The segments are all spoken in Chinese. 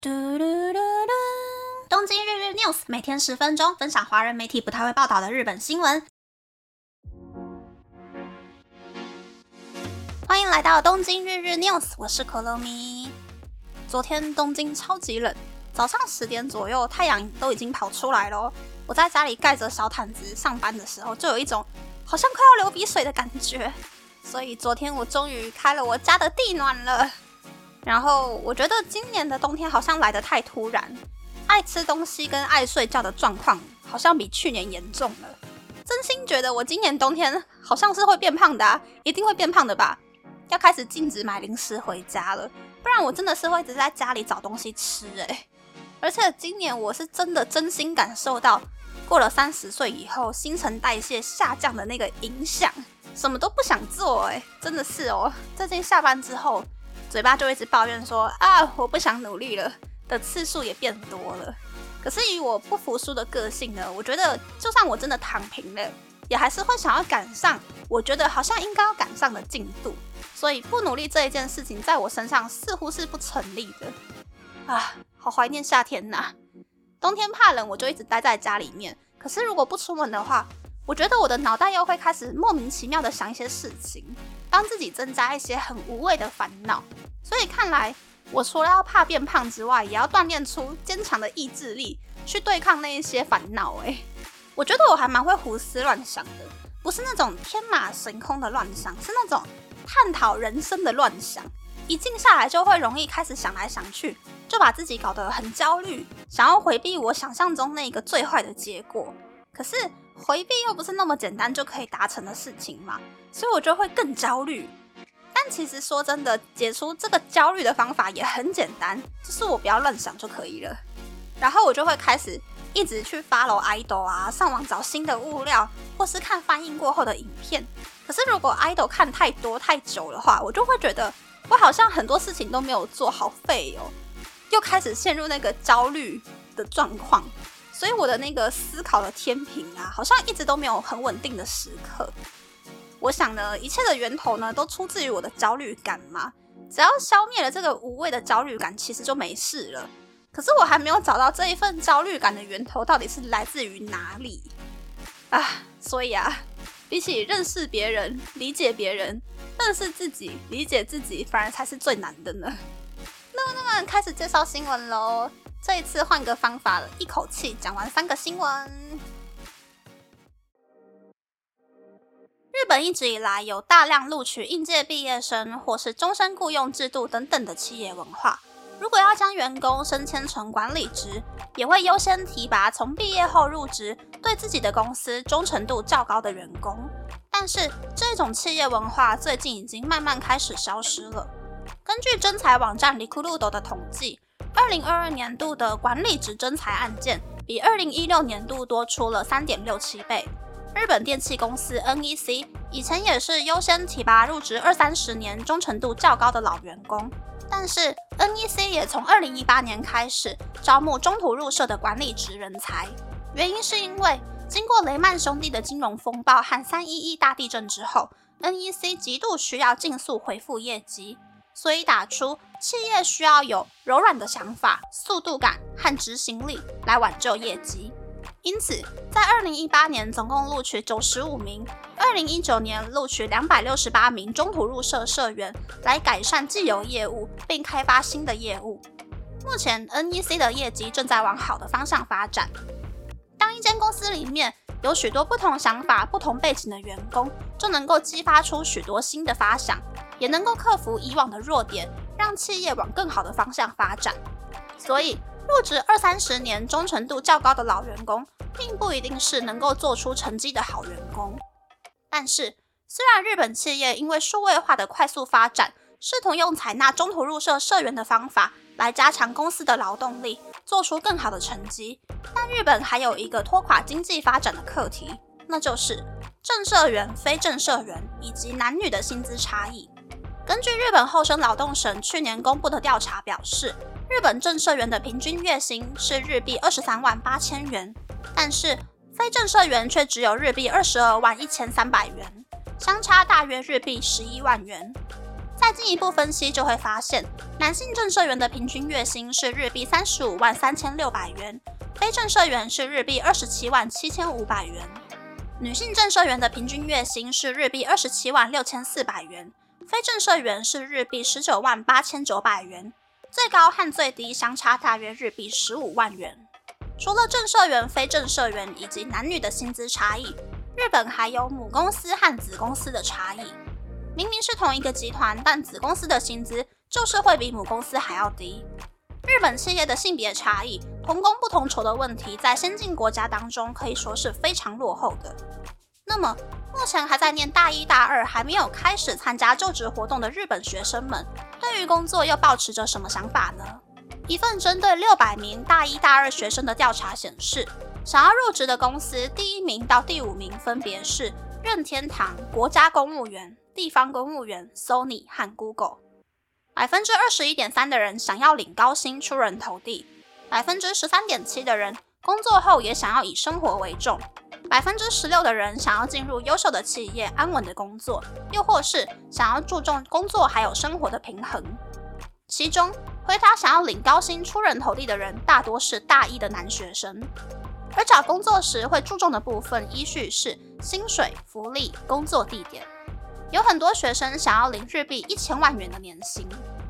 嘟嘟嘟嘟东京日日 News 每天10分钟，分享华人媒体不太会报道的日本新闻。欢迎来到东京日日 News， 我是可乐咪。昨天东京超级冷，早上10点左右，太阳都已经跑出来了。我在家里盖着小毯子上班的时候，就有一种好像快要流鼻水的感觉。所以昨天我终于开了我家的地暖了。然后我觉得今年的冬天好像来得太突然，爱吃东西跟爱睡觉的状况好像比去年严重了。真心觉得我今年冬天好像是会变胖的一定会变胖的吧。要开始禁止买零食回家了，不然我真的是会一直在家里找东西吃而且今年我是真心感受到过了30岁以后新陈代谢下降的那个影响，什么都不想做真的是最近下班之后嘴巴就一直抱怨说我不想努力了的次数也变多了。可是以我不服输的个性呢，我觉得就算我真的躺平了，也还是会想要赶上我觉得好像应该要赶上的进度。所以不努力这一件事情在我身上似乎是不成立的好怀念夏天呐。冬天怕冷我就一直待在家里面，可是如果不出门的话，我觉得我的脑袋又会开始莫名其妙的想一些事情，帮自己增加一些很无谓的烦恼。所以看来我除了要怕变胖之外，也要锻炼出坚强的意志力去对抗那一些烦恼我觉得我还蛮会胡思乱想的，不是那种天马行空的乱想，是那种探讨人生的乱想。一静下来就会容易开始想来想去，就把自己搞得很焦虑，想要回避我想象中那个最坏的结果。可是回避又不是那么简单就可以达成的事情嘛，所以我就会更焦虑。但其实说真的，解除这个焦虑的方法也很简单，就是我不要乱想就可以了。然后我就会开始一直去 follow idol上网找新的物料，或是看翻译过后的影片。可是如果 idol 看太多太久的话，我就会觉得我好像很多事情都没有做，好废又开始陷入那个焦虑的状况。所以我的那个思考的天平好像一直都没有很稳定的时刻。我想呢，一切的源头呢都出自于我的焦虑感嘛。只要消灭了这个无谓的焦虑感，其实就没事了。可是我还没有找到这一份焦虑感的源头到底是来自于哪里所以比起认识别人、理解别人，认识自己、理解自己反而才是最难的呢。那么开始介绍新闻咯。这一次换个方法了，一口气讲完3个新闻。日本一直以来有大量录取应届毕业生或是终身雇佣制度等等的企业文化。如果要将员工升迁成管理职，也会优先提拔从毕业后入职、对自己的公司忠诚度较高的员工。但是这种企业文化最近已经慢慢开始消失了。根据征才网站 Recruit 的统计，2022年度的管理职征才案件比2016年度多出了 3.67 倍。日本电器公司 NEC 以前也是优先提拔入职20-30年忠诚度较高的老员工，但是 NEC 也从2018年开始招募中途入社的管理职人才。原因是因为经过雷曼兄弟的金融风暴和311大地震之后， NEC 极度需要尽速恢复业绩，所以打出企业需要有柔软的想法、速度感和执行力来挽救业绩。因此在2018年总共录取95名，2019年录取268名中途入社社员，来改善既有业务并开发新的业务。目前 NEC 的业绩正在往好的方向发展。当一间公司里面有许多不同想法、不同背景的员工，就能够激发出许多新的发想，也能够克服以往的弱点，让企业往更好的方向发展。所以入职20-30年忠诚度较高的老员工，并不一定是能够做出成绩的好员工。但是虽然日本企业因为数位化的快速发展，试图用采纳中途入社社员的方法来加强公司的劳动力，做出更好的成绩，但日本还有一个拖垮经济发展的课题，那就是正社员、非正社员以及男女的薪资差异。根据日本厚生劳动省去年公布的调查表示，日本正社员的平均月薪是日币23万8千元，但是非正社员却只有日币22万1300元，相差大约日币11万元。 再进一步分析就会发现，男性正社员的平均月薪是日币35万3600元，非正社员是日币27万7500元。女性正社员的平均月薪是日币27万6400元，非正社员是日币19万8900元，最高和最低相差大约日币15万元。除了正社员、非正社员以及男女的薪资差异，日本还有母公司和子公司的差异。明明是同一个集团，但子公司的薪资就是会比母公司还要低。日本企业的性别差异、同工不同酬的问题，在先进国家当中可以说是非常落后的。那么，目前还在念大一、大二，还没有开始参加就职活动的日本学生们，对于工作又抱持着什么想法呢？一份针对600名大一、大二学生的调查显示，想要入职的公司第1名到第5名分别是任天堂、国家公务员、地方公务员、Sony 和 Google。21.3% 的人想要领高薪出人头地， 13.7% 的人工作后也想要以生活为重， 16% 的人想要进入优秀的企业安稳的工作，又或是想要注重工作还有生活的平衡。其中回答想要领高薪出人头地的人大多是大一的男学生，而找工作时会注重的部分依序是薪水、福利、工作地点。有很多学生想要领日币1000万元的年薪。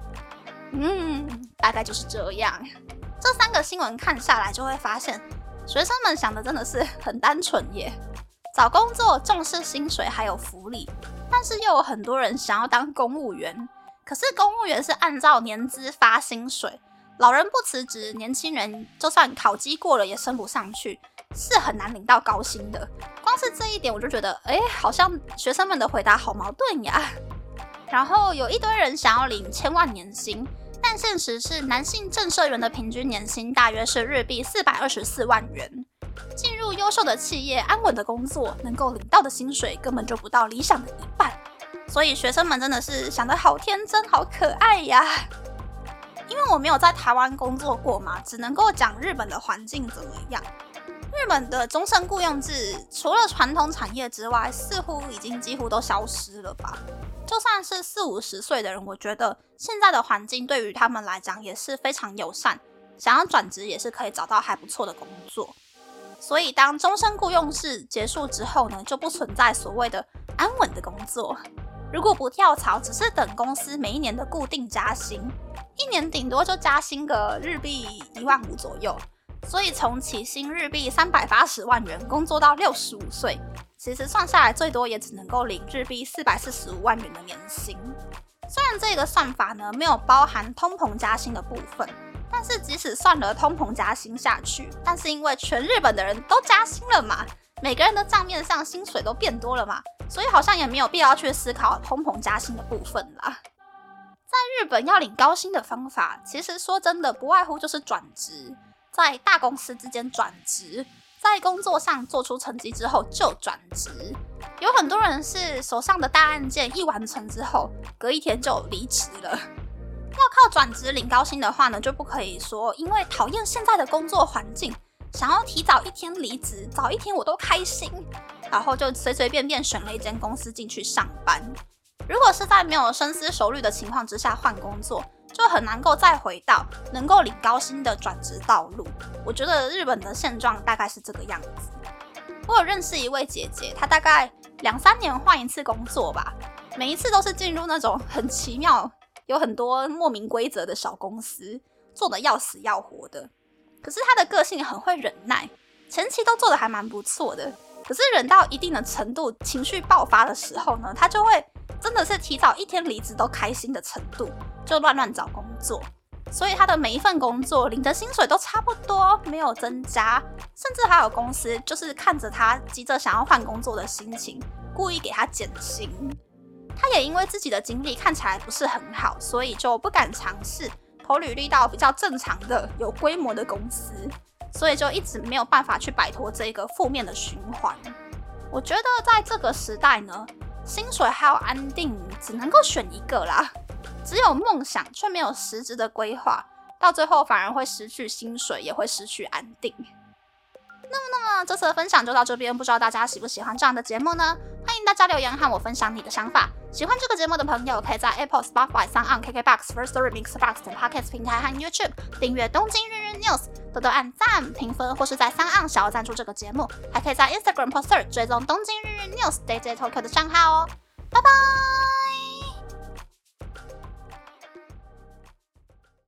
大概就是这样。这3个新闻看下来，就会发现学生们想的真的是很单纯耶。找工作重视薪水还有福利，但是又有很多人想要当公务员。可是公务员是按照年资发薪水，老人不辞职，年轻人就算考绩过了也升不上去，是很难领到高薪的。光是这一点我就觉得，好像学生们的回答好矛盾呀。然后有一堆人想要领1000万年薪，但现实是男性正社员的平均年薪大约是日币424万元。进入优秀的企业安稳的工作，能够领到的薪水根本就不到理想的一半。所以学生们真的是想得好天真好可爱呀。因为我没有在台湾工作过嘛，只能够讲日本的环境怎么样。日本的终身雇佣制除了传统产业之外，似乎已经几乎都消失了吧。就算是40-50岁的人，我觉得现在的环境对于他们来讲也是非常友善，想要转职也是可以找到还不错的工作。所以当终身雇佣制结束之后呢，就不存在所谓的安稳的工作。如果不跳槽，只是等公司每一年的固定加薪，一年顶多就加薪个日币15000左右。所以从起薪日币380万元工作到65岁，其实算下来最多也只能够领日币445万元的年薪。虽然这个算法呢没有包含通膨加薪的部分，但是即使算了通膨加薪下去，但是因为全日本的人都加薪了嘛，每个人的账面上薪水都变多了嘛，所以好像也没有必要去思考通膨加薪的部分啦。在日本要领高薪的方法，其实说真的不外乎就是转职，在大公司之间转职，在工作上做出成绩之后就转职。有很多人是手上的大案件一完成之后，隔一天就离职了。要靠转职领高薪的话呢，就不可以说因为讨厌现在的工作环境，想要提早一天离职，早一天我都开心，然后就随随便便选了一间公司进去上班。如果是在没有深思熟虑的情况之下换工作，就很难够再回到能够领高薪的转职道路。我觉得日本的现状大概是这个样子。我有认识一位姐姐，她大概2-3年换一次工作吧，每一次都是进入那种很奇妙、有很多莫名规则的小公司，做得要死要活的。可是她的个性很会忍耐，前期都做得还蛮不错的。可是忍到一定的程度，情绪爆发的时候呢，她就会真的是提早一天离职都开心的程度，就乱找工作。所以他的每一份工作领的薪水都差不多，没有增加，甚至还有公司就是看着他急着想要换工作的心情，故意给他减薪。他也因为自己的经历看起来不是很好，所以就不敢尝试投履历到比较正常的有规模的公司，所以就一直没有办法去摆脱这个负面的循环。我觉得在这个时代呢，薪水还有安定只能够选一个啦。只有梦想却没有实质的规划，到最后反而会失去薪水，也会失去安定。 那么这次的分享就到这边，不知道大家喜不喜欢这样的节目呢？欢迎大家留言和我分享你的想法。喜欢这个节目的朋友，可以在 Apple、Spotify、SoundOn、KKBox、Firstory、Mixbox等 Podcast 平台和 YouTube 订阅东京日日 News， 多多按赞、评分，或是在SoundOn小额赞助这个节目，还可以在 Instagram poster 追踪东京日日 News DJ Tokyo 的账号哦。拜拜。